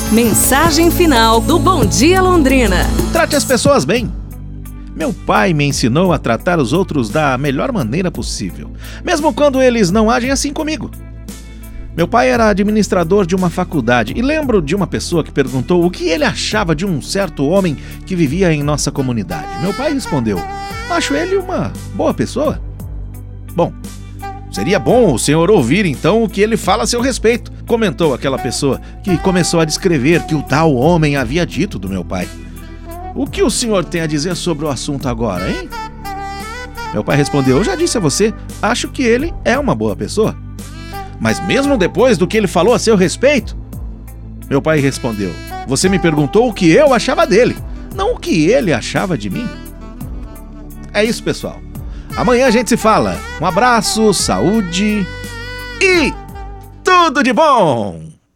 Mensagem final do Bom Dia Londrina. Trate as pessoas bem. Meu pai me ensinou a tratar os outros da melhor maneira possível, mesmo quando eles não agem assim comigo. Meu pai era administrador de uma faculdade e lembro de uma pessoa que perguntou o que ele achava de um certo homem que vivia em nossa comunidade. Meu pai respondeu: acho ele uma boa pessoa. Bom, seria bom o senhor ouvir então o que ele fala a seu respeito, comentou aquela pessoa que começou a descrever que o tal homem havia dito do meu pai. O que o senhor tem a dizer sobre o assunto agora, hein? Meu pai respondeu: eu já disse a você, acho que ele é uma boa pessoa. Mas mesmo depois do que ele falou a seu respeito? Meu pai respondeu: você me perguntou o que eu achava dele, não o que ele achava de mim. É isso, pessoal. Amanhã a gente se fala. Um abraço, saúde e tudo de bom!